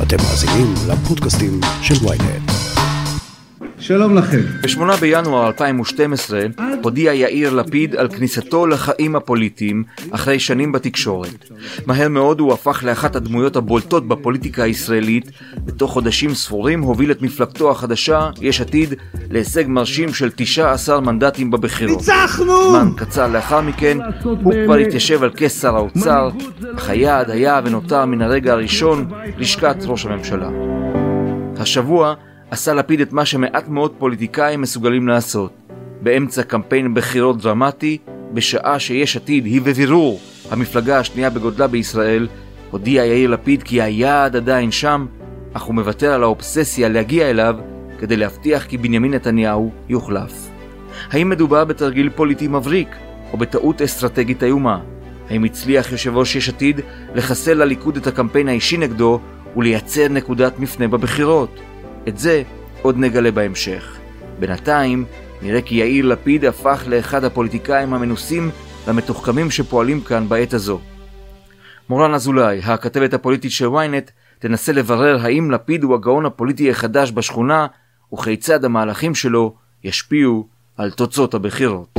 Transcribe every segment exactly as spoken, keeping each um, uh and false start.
אתם מאזינים לפודקאסטים של וויינט. שלום לכם. ב-שמונה בינואר אלפיים ושתים עשרה הודיע יאיר לפיד על כניסתו לחיים הפוליטיים אחרי שנים בתקשורת. מהר מאוד הוא הפך לאחת הדמויות הבולטות בפוליטיקה הישראלית. בתוך חודשים ספורים הוביל את מפלגתו החדשה, יש עתיד, להישג מרשים של תשעה עשר מנדטים בבחירות. ניצחנו! זמן קצר לאחר מכן הוא כבר התיישב על כס שר האוצר, אך היעד היה ונותר מן הרגע הראשון לשכת ראש הממשלה. השבוע עשה לפיד את מה שמעט מאוד פוליטיקאים מסוגלים לעשות. באמצע קמפיין בחירות דרמטי, בשעה שיש עתיד היא בבירור המפלגה השנייה בגודלה בישראל, הודיע יאיר לפיד כי היעד עדיין שם, אך הוא מוותר על האובססיה להגיע אליו כדי להבטיח כי בנימין נתניהו יוחלף. האם מדובר בתרגיל פוליטי מבריק או בטעות אסטרטגית איומה? האם הצליח יושב ראש יש עתיד לחסל לליכוד את הקמפיין האישי נגדו ולייצר נקודת מפנה בבחירות? את זה עוד נגלה בהמשך. בינתיים נראה כי יאיר לפיד הפך לאחד הפוליטיקאים המנוסים והמתוחכמים שפועלים כאן בעת הזו. מורן אזולאי, הכתבת הפוליטית של וויינט, תנסה לברר האם לפיד הוא הגאון הפוליטי החדש בשכונה וכיצד המהלכים שלו ישפיעו על תוצאות הבחירות.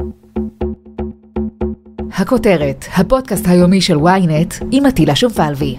הכותרת, הפודקאסט היומי של וויינט עם עטילה שומפלבי.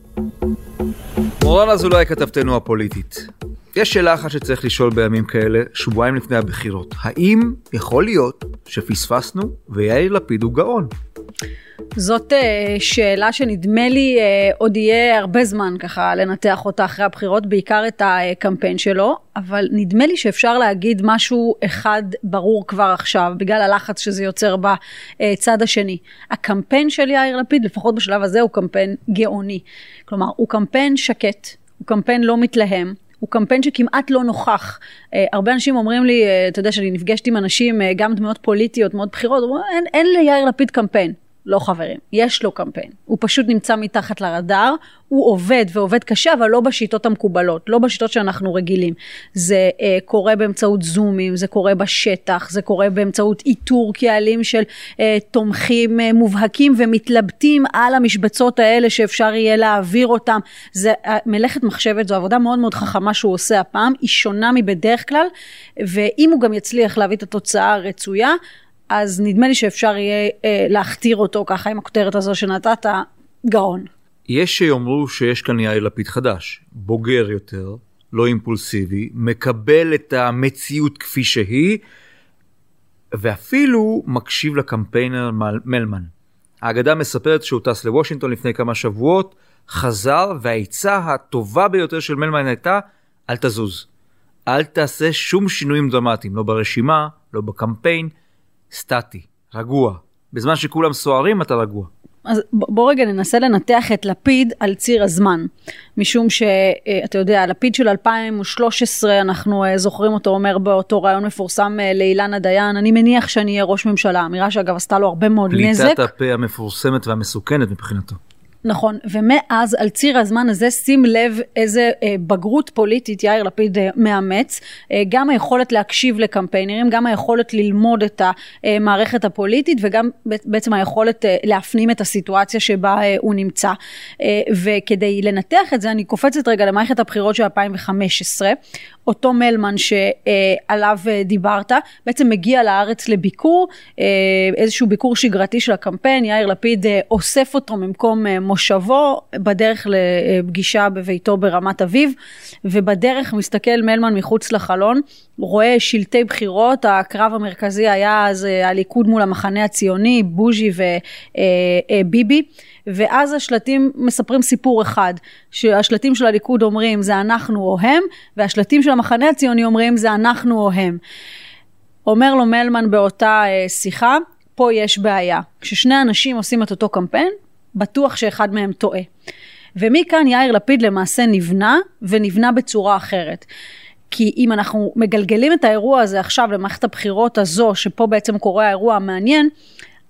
מורן אזולאי, כתבתנו הפוליטית. יש שאלה אחת שצריך לשאול בימים כאלה, שבועיים לפני הבחירות. האם יכול להיות שפספסנו ויאיר לפיד הוא גאון? זאת שאלה שנדמה לי עוד יהיה הרבה זמן ככה לנתח אותה אחרי הבחירות, בעיקר את הקמפיין שלו, אבל נדמה לי שאפשר להגיד משהו אחד ברור כבר עכשיו, בגלל הלחץ שזה יוצר בצד השני. הקמפיין של יאיר לפיד, לפחות בשלב הזה, הוא קמפיין גאוני. כלומר, הוא קמפיין שקט, הוא קמפיין לא מתלהם, הוא קמפיין שכמעט לא נוכח. הרבה אנשים אומרים לי, אתה יודע שאני נפגשת עם אנשים, גם דמויות פוליטיות, מאוד בחירות, אין, אין ליאיר לפיד קמפיין. לא חברים, יש לו קמפיין. הוא פשוט נמצא מתחת לרדאר, הוא עובד ועובד קשה, אבל לא בשיטות המקובלות, לא בשיטות שאנחנו רגילים. זה אה, קורה באמצעות זומים, זה קורה בשטח, זה קורה באמצעות איתור קהלים של אה, תומכים אה, מובהקים ומתלבטים על המשבצות האלה שאפשר יהיה להעביר אותם. זה אה, מלאכת מחשבת, זו עבודה מאוד מאוד חכמה שהוא עושה הפעם, היא שונה מבדרך כלל, ואם הוא גם יצליח להביא את התוצאה הרצויה, אז נדמה לי שאפשר יהיה אה, להכתיר אותו ככה עם הכותרת הזו שנתת, גאון. יש שיאמרו שיש כאן יאיר לפיד חדש, בוגר יותר, לא אימפולסיבי, מקבל את המציאות כפי שהיא, ואפילו מקשיב לקמפיינר מלמן. האגדה מספרת שהוא טס לוושינגטון לפני כמה שבועות, חזר, והעצה הטובה ביותר של מלמן הייתה, אל תזוז. אל תעשה שום שינויים דרמטיים, לא ברשימה, לא בקמפיין, סטטי, רגוע. בזמן שכולם סוערים אתה רגוע. אז בוא רגע ננסה לנתח את לפיד על ציר הזמן. משום שאתה יודע, לפיד של אלפיים ושלוש עשרה, אנחנו זוכרים אותו אומר באותו רעיון מפורסם לאילנה דיין, אני מניח שאני אהיה ראש ממשלה. אמירה שאגב עשתה לו הרבה מאוד נזק. פליטת הפה המפורסמת והמסוכנת מבחינתו. נכון, ומאז על ציר הזמן הזה שים לב איזה אה, בגרות פוליטית יאיר לפיד אה, מאמץ, אה, גם היכולת להקשיב לקמפיינרים, גם היכולת ללמוד את המערכת הפוליטית, וגם בעצם היכולת אה, להפנים את הסיטואציה שבה אה, הוא נמצא. אה, וכדי לנתח את זה, אני קופצת רגע למערכת הבחירות של אלפיים וחמש עשרה, אותו מלמן שעליו דיברת, בעצם מגיע לארץ לביקור, איזשהו ביקור שגרתי של הקמפיין, יאיר לפיד אוסף אותו ממקום מושבו, בדרך לפגישה בביתו ברמת אביב, ובדרך מסתכל מלמן מחוץ לחלון, רואה שלטי בחירות, הקרב המרכזי היה אז הליכוד מול המחנה הציוני, בוז'י וביבי, ואז השלטים מספרים סיפור אחד, שהשלטים של הליכוד אומרים זה אנחנו או הם, והשלטים של המחנה הציוני אומרים זה אנחנו או הם. אומר לו מלמן באותה שיחה, פה יש בעיה. כששני אנשים עושים את אותו קמפיין, בטוח שאחד מהם טועה. ומכאן יאיר לפיד למעשה נבנה, ונבנה בצורה אחרת. כי אם אנחנו מגלגלים את האירוע הזה עכשיו למערכת הבחירות הזו, שפה בעצם קורה האירוע המעניין,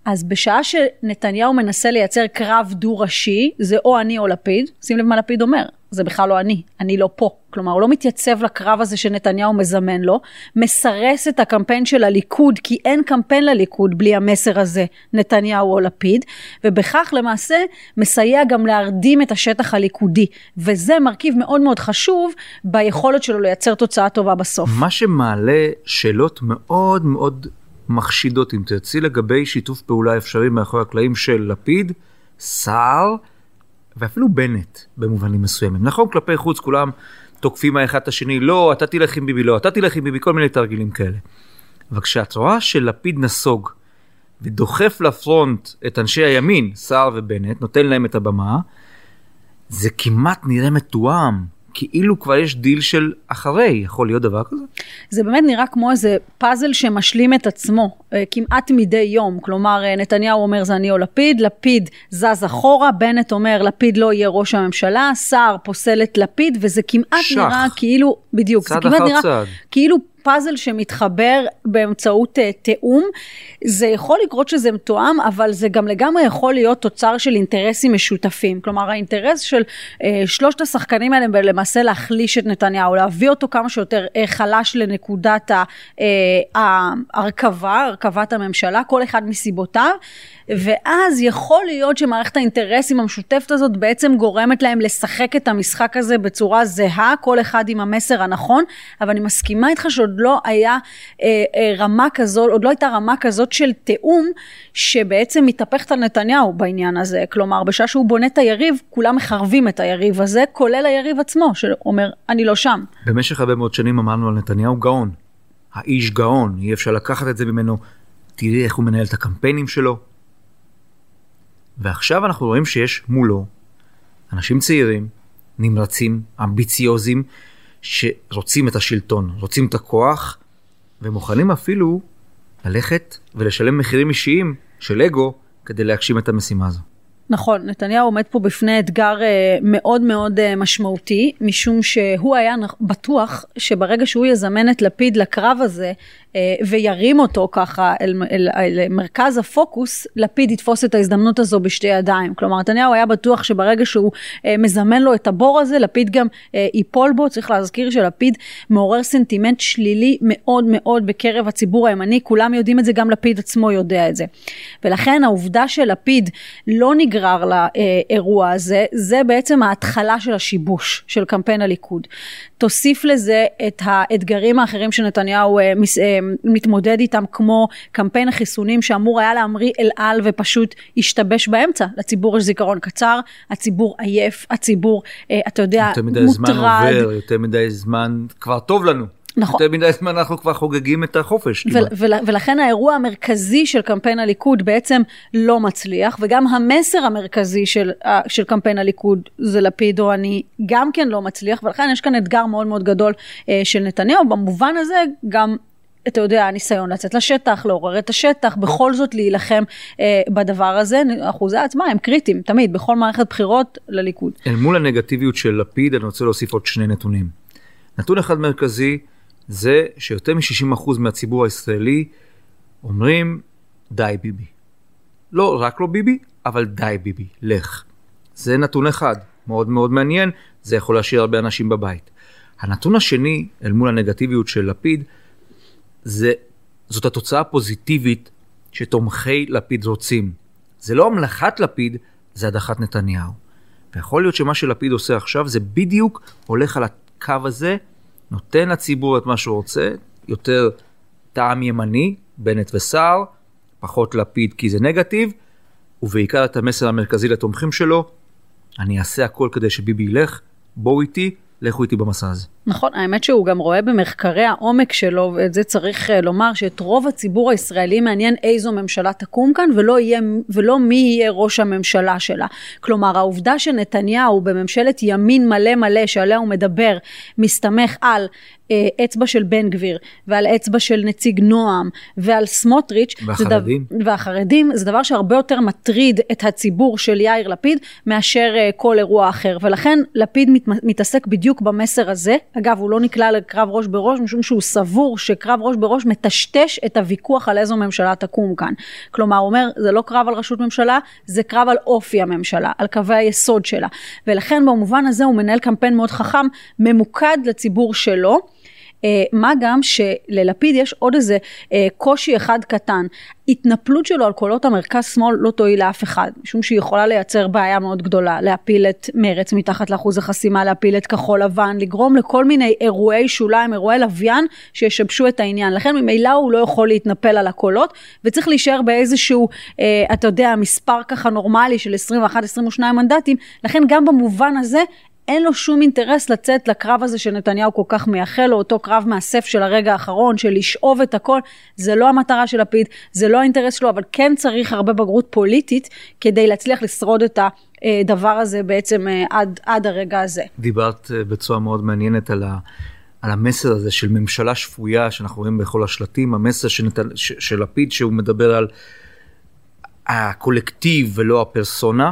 אז בשעה שנתניהו מנסה לייצר קרב דו-ראשי, זה או אני או לפיד, שים לב מה לפיד אומר, זה בכלל לא אני, אני לא פה. כלומר, הוא לא מתייצב לקרב הזה שנתניהו מזמן לו, מסרס את הקמפיין של הליכוד, כי אין קמפיין לליכוד בלי המסר הזה, נתניהו או לפיד, ובכך למעשה מסייע גם להרדים את השטח הליכודי, וזה מרכיב מאוד מאוד חשוב ביכולת שלו לייצר תוצאה טובה בסוף. מה שמעלה שאלות מאוד מאוד מחשידות, אם תרצי, לגבי שיתוף פעולה אפשרי מאחורי הקלעים של לפיד, סער, ואפילו בנט במובנים מסוימים. נכון, כלפי חוץ כולם תוקפים האחד את השני, לא, אתה תלך עם ביבי, לא, אתה תלך עם ביבי, כל מיני תרגילים כאלה. אבל כשאת רואה שלפיד נסוג, ודוחף לפרונט את אנשי הימין, סער ובנט, נותן להם את הבמה, זה כמעט נראה מתואם, כאילו כבר יש דיל של אחרי, יכול להיות דבר כזה? זה באמת נראה כמו איזה פאזל שמשלים את עצמו, כמעט מדי יום, כלומר נתניהו אומר זה אני או לפיד, לפיד זז אחורה, בנט אומר לפיד לא יהיה ראש הממשלה, סער פוסל את לפיד, וזה כמעט שח. נראה כאילו, בדיוק, זה כמעט נראה צד. כאילו פאזל שמתחבר באמצעות uh, תאום, זה יכול לקרות שזה מתואם, אבל זה גם לגמרי יכול להיות תוצר של אינטרסים משותפים, כלומר האינטרס של uh, שלושת השחקנים האלה למעשה להחליש את נתניהו, להביא אותו כמה שיותר uh, חלש לנקודת ההרכבה, הרכבת הממשלה, כל אחד מסיבותיו, ואז יכול להיות שמערכת האינטרסים המשותפת הזאת בעצם גורמת להם לשחק את המשחק הזה בצורה זהה, כל אחד עם המסר הנכון, אבל אני מסכימה איתך שעוד לא היה אה, אה, רמה כזאת, עוד לא הייתה רמה כזאת של תאום, שבעצם מתהפכת על נתניהו בעניין הזה, כלומר בשעה שהוא בונה את היריב, כולם מחרבים את היריב הזה, כולל היריב עצמו, שאומר אני לא שם. במשך הרבה מאוד שנים אמרנו על נתניהו גאון, האיש גאון, אי אפשר לקחת את זה ממנו, תראי איך הוא מנהל את הקמפיינים שלו, ועכשיו אנחנו רואים שיש מולו אנשים צעירים, נמרצים, אמביציוזים, שרוצים את השלטון, רוצים את הכוח, ומוכנים אפילו ללכת ולשלם מחירים אישיים של אגו, כדי להגשים את המשימה הזו. נכון, נתניהו עומד פה בפני אתגר מאוד מאוד משמעותי, משום שהוא היה בטוח שברגע שהוא יזמן את לפיד לקרב הזה, וירים אותו ככה אל, אל, אל מרכז הפוקוס, לפיד יתפוס את ההזדמנות הזו בשתי ידיים. כלומר, נתניהו היה בטוח שברגע שהוא מזמן לו את הבור הזה, לפיד גם ייפול בו. צריך להזכיר שלפיד מעורר סנטימנט שלילי מאוד מאוד בקרב הציבור הימני, כולם יודעים את זה, גם לפיד עצמו יודע את זה. ולכן העובדה שלפיד לא נגרר לאירוע הזה, זה בעצם ההתחלה של השיבוש של קמפיין הליכוד. תוסיף לזה את האתגרים האחרים שנתניהו מתמודד איתם, כמו קמפיין החיסונים שאמור היה להמריא אל על ופשוט ישתבש באמצע. לציבור יש זיכרון קצר, הציבור עייף, הציבור, אתה יודע, יותר מדי מוטרד. זמן עובר, יותר מדי זמן כבר טוב לנו. נכון. יותר מדי זמן אנחנו כבר חוגגים את החופש. ול, ול, ולכן האירוע המרכזי של קמפיין הליכוד בעצם לא מצליח, וגם המסר המרכזי של, של קמפיין הליכוד זה לפיד או אני גם כן לא מצליח, ולכן יש כאן אתגר מאוד מאוד גדול של נתניהו. במובן הזה גם, אתה יודע, הניסיון לצאת לשטח, לעורר את השטח, בכל זאת להילחם אה, בדבר הזה, אחוזי העצמה הם קריטיים, תמיד, בכל מערכת בחירות לליכוד. אל מול הנגטיביות של לפיד, אני רוצה להוסיף עוד שני נתונים. נתון אחד מרכזי, זה שיותר מ-שישים אחוז מהציבור הישראלי אומרים, די ביבי. לא רק לא ביבי, אבל די ביבי, לך. זה נתון אחד, מאוד מאוד מעניין, זה יכול להשאיר הרבה אנשים בבית. הנתון השני, אל מול הנגטיביות של לפיד, זה, זאת התוצאה הפוזיטיבית שתומכי לפיד רוצים. זה לא המלכת לפיד, זה הדחת נתניהו. ויכול להיות שמה שלפיד עושה עכשיו, זה בדיוק הולך על הקו הזה, נותן לציבור את מה שהוא רוצה, יותר טעם ימני, בנט וסער, פחות לפיד כי זה נגטיב, ובעיקר את המסר המרכזי לתומכים שלו, אני אעשה הכל כדי שביבי ילך, בואו איתי, לכו איתי במסע הזה. נכון, האמת שהוא גם רואה במחקרי העומק שלו, ואת זה צריך לומר, שאת רוב הציבור הישראלי מעניין איזו ממשלה תקום כאן, ולא, יהיה, ולא מי יהיה ראש הממשלה שלה. כלומר, העובדה שנתניהו בממשלת ימין מלא מלא, שעליה הוא מדבר, מסתמך על אה, אצבע של בן גביר, ועל אצבע של נציג נועם, ועל סמוטריץ', והחרדים. זה דבר, והחרדים, זה דבר שהרבה יותר מטריד את הציבור של יאיר לפיד, מאשר אה, כל אירוע אחר. ולכן לפיד מת, מתעסק בדיוק במסר הזה, אגב, הוא לא נקלע לקרב ראש בראש, משום שהוא סבור שקרב ראש בראש מטשטש את הוויכוח על איזו ממשלה תקום כאן. כלומר, הוא אומר, זה לא קרב על ראשות ממשלה, זה קרב על אופי הממשלה, על קווי היסוד שלה. ולכן במובן הזה הוא מנהל קמפיין מאוד חכם, ממוקד לציבור שלו, מה גם שללפיד יש עוד איזה קושי אחד קטן, התנפלות שלו על קולות המרכז שמאל לא תועיל לאף אחד, משום שהיא יכולה לייצר בעיה מאוד גדולה, להפיל את מרץ מתחת לאחוז החסימה, להפיל את כחול לבן, לגרום לכל מיני אירועי שוליים, אירועי לוויין שישבשו את העניין, לכן ממילא הוא לא יכול להתנפל על הקולות, וצריך להישאר באיזשהו, אה, אתה יודע, מספר ככה נורמלי של עשרים ואחת עשרים ושניים מנדטים, לכן גם במובן הזה, אין לו שום אינטרס לצאת לקרב הזה שנתניהו כל כך מייחל לו, אותו קרב מאסף של הרגע האחרון, של לשאוב את הכל, זה לא המטרה של לפיד, זה לא האינטרס שלו, אבל כן צריך הרבה בגרות פוליטית, כדי להצליח לשרוד את הדבר הזה בעצם עד, עד הרגע הזה. דיברת בצורה מאוד מעניינת על, ה, על המסר הזה של ממשלה שפויה, שאנחנו רואים בכל השלטים, המסר שנת, ש, של לפיד, שהוא מדבר על הקולקטיב ולא הפרסונה,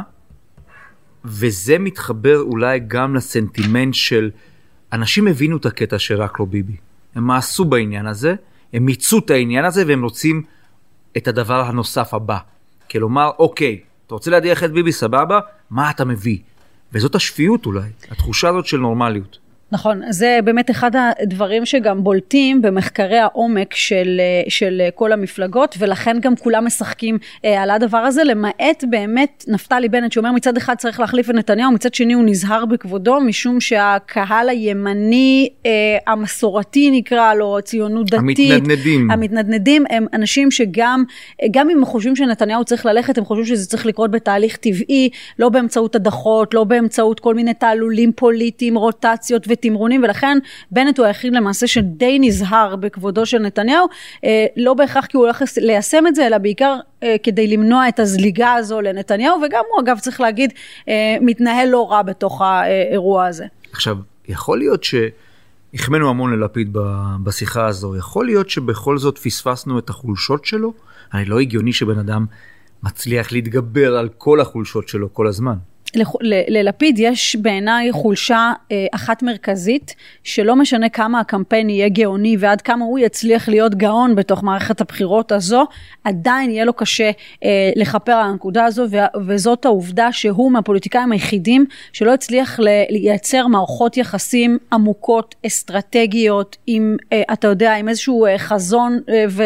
וזה מתחבר אולי גם לסנטימנט של אנשים הבינו את הקטע שרק לא ביבי. הם מעשו בעניין הזה, הם מיצו את העניין הזה והם רוצים את הדבר הנוסף הבא. כלומר, אוקיי, אתה רוצה להדיח את ביבי, סבבה? מה אתה מביא? וזאת השפיות אולי, התחושה הזאת של נורמליות. נכון, זה באמת אחד הדברים שגם בולטים במחקרי העומק של, של כל המפלגות, ולכן גם כולם משחקים על הדבר הזה, למעט באמת נפתלי בנט שאומר מצד אחד צריך להחליף את נתניהו, מצד שני הוא נזהר בכבודו, משום שהקהל הימני, המסורתי נקרא לו, ציונות דתית, המתנדנדים. המתנדנדים הם אנשים שגם, גם אם הם חושבים שנתניהו צריך ללכת, הם חושבים שזה צריך לקרות בתהליך טבעי, לא באמצעות הדחות, לא באמצעות כל מיני תעלולים פוליטיים, רוטציות ו תמרונים, ולכן בנט הוא היחיד למעשה שדי נזהר בכבודו של נתניהו, אה, לא בהכרח כי הוא הולך ליישם את זה, אלא בעיקר אה, כדי למנוע את הזליגה הזו לנתניהו, וגם הוא אגב צריך להגיד, אה, מתנהל לא רע בתוך האירוע הזה. עכשיו, יכול להיות שהחמנו המון ללפיד בשיחה הזו, יכול להיות שבכל זאת פספסנו את החולשות שלו, אני לא הגיוני שבן אדם מצליח להתגבר על כל החולשות שלו כל הזמן. ללפיד יש בעיניי חולשה אחת מרכזית, שלא משנה כמה הקמפיין יהיה גאוני ועד כמה הוא יצליח להיות גאון בתוך מערכת הבחירות הזו, עדיין יהיה לו קשה לחפר על הנקודה הזו, וזאת העובדה שהוא מהפוליטיקאים היחידים שלא הצליח לייצר מערכות יחסים עמוקות, אסטרטגיות, עם, אתה יודע, עם איזשהו חזון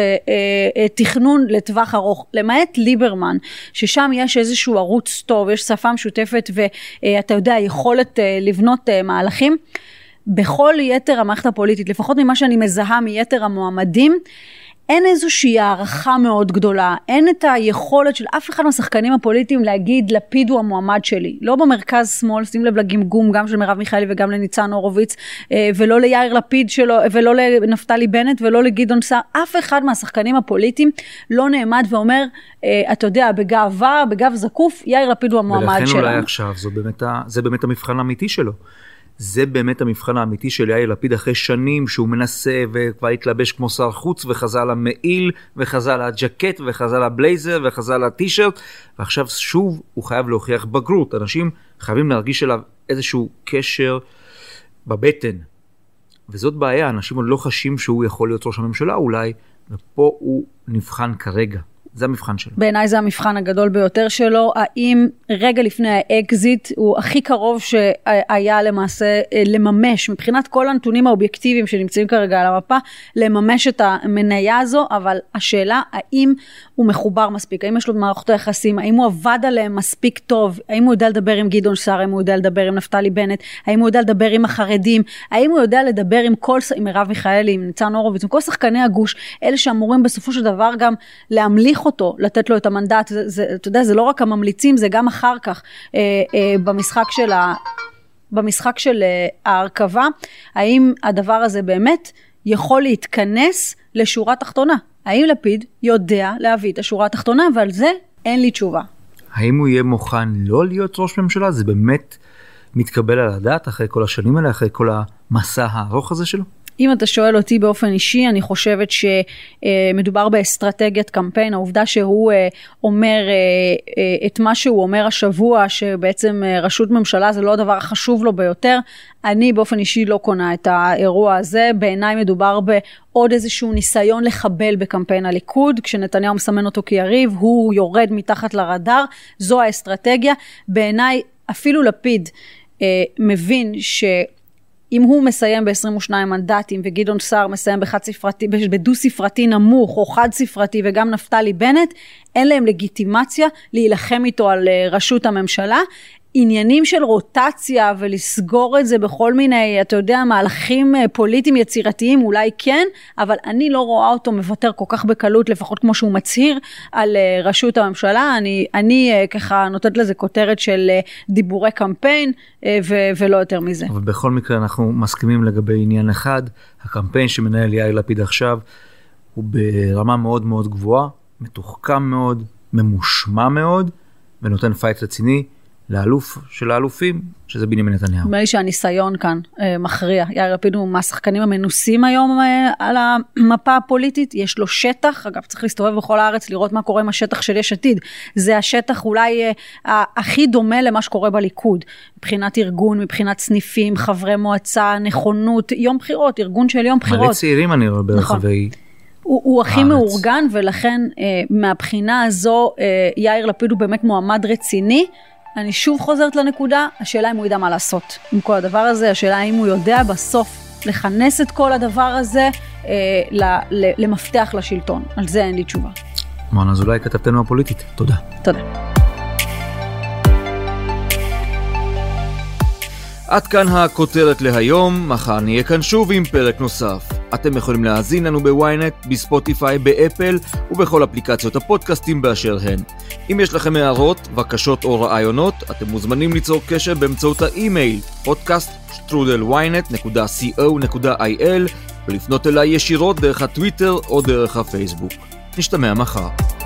ותכנון לטווח ארוך, למעט ליברמן, ששם יש איזשהו ערוץ טוב, יש שפה משותפת, ואתה יודע, יכולת לבנות מהלכים, בכל יתר המערכת הפוליטית, לפחות ממה שאני מזהה מיתר המועמדים, אין איזושהי הערכה מאוד גדולה, אין את היכולת של אף אחד מהשחקנים הפוליטיים להגיד, לפיד הוא המועמד שלי, לא במרכז שמאל, שים לב לגמגום גם של מרב מיכאלי וגם לניצן הורוביץ, ולא ליאיר לפיד שלו, ולא לנפתלי בנט, ולא לגדעון סער, אף אחד מהשחקנים הפוליטיים לא נעמד ואומר, אתה יודע, בגאווה, בגב זקוף, יאיר לפיד הוא המועמד שלנו. ולכן אולי עכשיו, זה באמת, זה באמת המבחן האמיתי שלו. זה באמת המבחן האמיתי של יאיר לפיד אחרי שנים שהוא מנסה וכבר התלבש כמו שר חוץ וחזר למעיל וחזר לג'קט וחזר לבלייזר וחזר לטישרט, ועכשיו שוב הוא חייב להוכיח בגרות. אנשים חייבים להרגיש אליו איזשהו קשר בבטן, וזאת בעיה. אנשים לא חשים שהוא יכול להיות ראש הממשלה אולי, ופה הוא נבחן כרגע. זה המבחן שלו. בעיניי זה המבחן הגדול ביותר שלו, האם רגע לפני האקזיט הוא הכי קרוב שהיה למעשה לממש, מבחינת כל הנתונים האובייקטיביים שנמצאים כרגע על המפה, לממש את המניה הזו, אבל השאלה האם הוא מחובר מספיק, האם יש לו מערכות היחסים, האם הוא עבד עליהם מספיק טוב, האם הוא יודע לדבר עם גדעון סער, האם הוא יודע לדבר עם נפתלי בנט, האם הוא יודע לדבר עם החרדים, האם הוא יודע לדבר עם כל, עם מרב מיכאלי, עם ניצן הורוביץ, עם כל שחקני הגוש, אלה שאמורים בסופו של דבר גם להמליך אותו, לתת לו את המנדט, זה, זה, אתה יודע, זה לא רק הממליצים, זה גם אחר כך, אה, אה, במשחק של ה, במשחק של אה, ההרכבה, האם הדבר הזה באמת יכול להתכנס לשורה תחתונה? האם לפיד יודע להביא את השורה התחתונה, ועל זה אין לי תשובה. האם הוא יהיה מוכן לא להיות ראש ממשלה? זה באמת מתקבל על הדעת אחרי כל השנים האלה, אחרי כל המסע הארוך הזה שלו? אם אתה שואל אותי באופן אישי, אני חושבת שמדובר באסטרטגיית קמפיין, העובדה שהוא אומר את מה שהוא אומר השבוע, שבעצם ראשות ממשלה זה לא הדבר החשוב לו ביותר, אני באופן אישי לא קונה את האירוע הזה, בעיניי מדובר בעוד איזשהו ניסיון לחבל בקמפיין הליכוד, כשנתניהו מסמן אותו כיריב, הוא יורד מתחת לרדאר, זו האסטרטגיה, בעיניי אפילו לפיד מבין ש... אם הוא מסיים ב-עשרים ושניים מנדטים וגדעון סער מסיים בחד ספרתי, בדו ספרתי נמוך או חד ספרתי וגם נפתלי בנט, אין להם לגיטימציה להילחם איתו על ראשות הממשלה. עניינים של רוטציה ולסגור את זה בכל מיני, אתה יודע, מהלכים פוליטיים יצירתיים, אולי כן, אבל אני לא רואה אותו מוותר כל כך בקלות, לפחות כמו שהוא מצהיר על ראשות הממשלה. אני, אני ככה נותנת לזה כותרת של דיבורי קמפיין, ו- ולא יותר מזה. אבל בכל מקרה אנחנו מסכימים לגבי עניין אחד, הקמפיין שמנהל יאיר לפיד עכשיו, הוא ברמה מאוד מאוד גבוהה, מתוחכם מאוד, ממושמע מאוד, ונותן פייט רציני, לאלוף של האלופים, שזה בנימין נתניהו. נדמה לי שהניסיון כאן אה, מכריע. יאיר לפיד הוא מהשחקנים המנוסים היום אה, על המפה הפוליטית, יש לו שטח, אגב צריך להסתובב בכל הארץ לראות מה קורה עם השטח של יש עתיד, זה השטח אולי אה, הכי דומה למה שקורה בליכוד, מבחינת ארגון, מבחינת סניפים, חברי מועצה, נכונות, יום בחירות, ארגון של יום בחירות. מלא צעירים אני רואה ברחבי... נכון. הוא, הוא הכי מאורגן, ולכן אה, מהבחינה הזו אה, יאיר לפיד הוא באמת מועמד רציני. אני שוב חוזרת לנקודה, השאלה אם הוא ידע מה לעשות עם כל הדבר הזה, השאלה אם הוא יודע בסוף לכנס את כל הדבר הזה אה, למפתח לשלטון. על זה אין לי תשובה. מואנה, אז אולי כתבתנו הפוליטית. תודה. תודה. עד כאן הכותרת להיום, מחר נהיה כאן שוב עם פרק נוסף. אתם יכולים להאזין לנו בוויינט, בספוטיפיי, באפל ובכל אפליקציות הפודקאסטים באשר הן. אם יש לכם הערות, בקשות או רעיונות, אתם מוזמנים ליצור קשר באמצעות האימייל פודקאסט שטרודל וויינט נקודה קו נקודה איי אל ולפנות אליי ישירות דרך הטוויטר או דרך הפייסבוק. נשתמע מחר.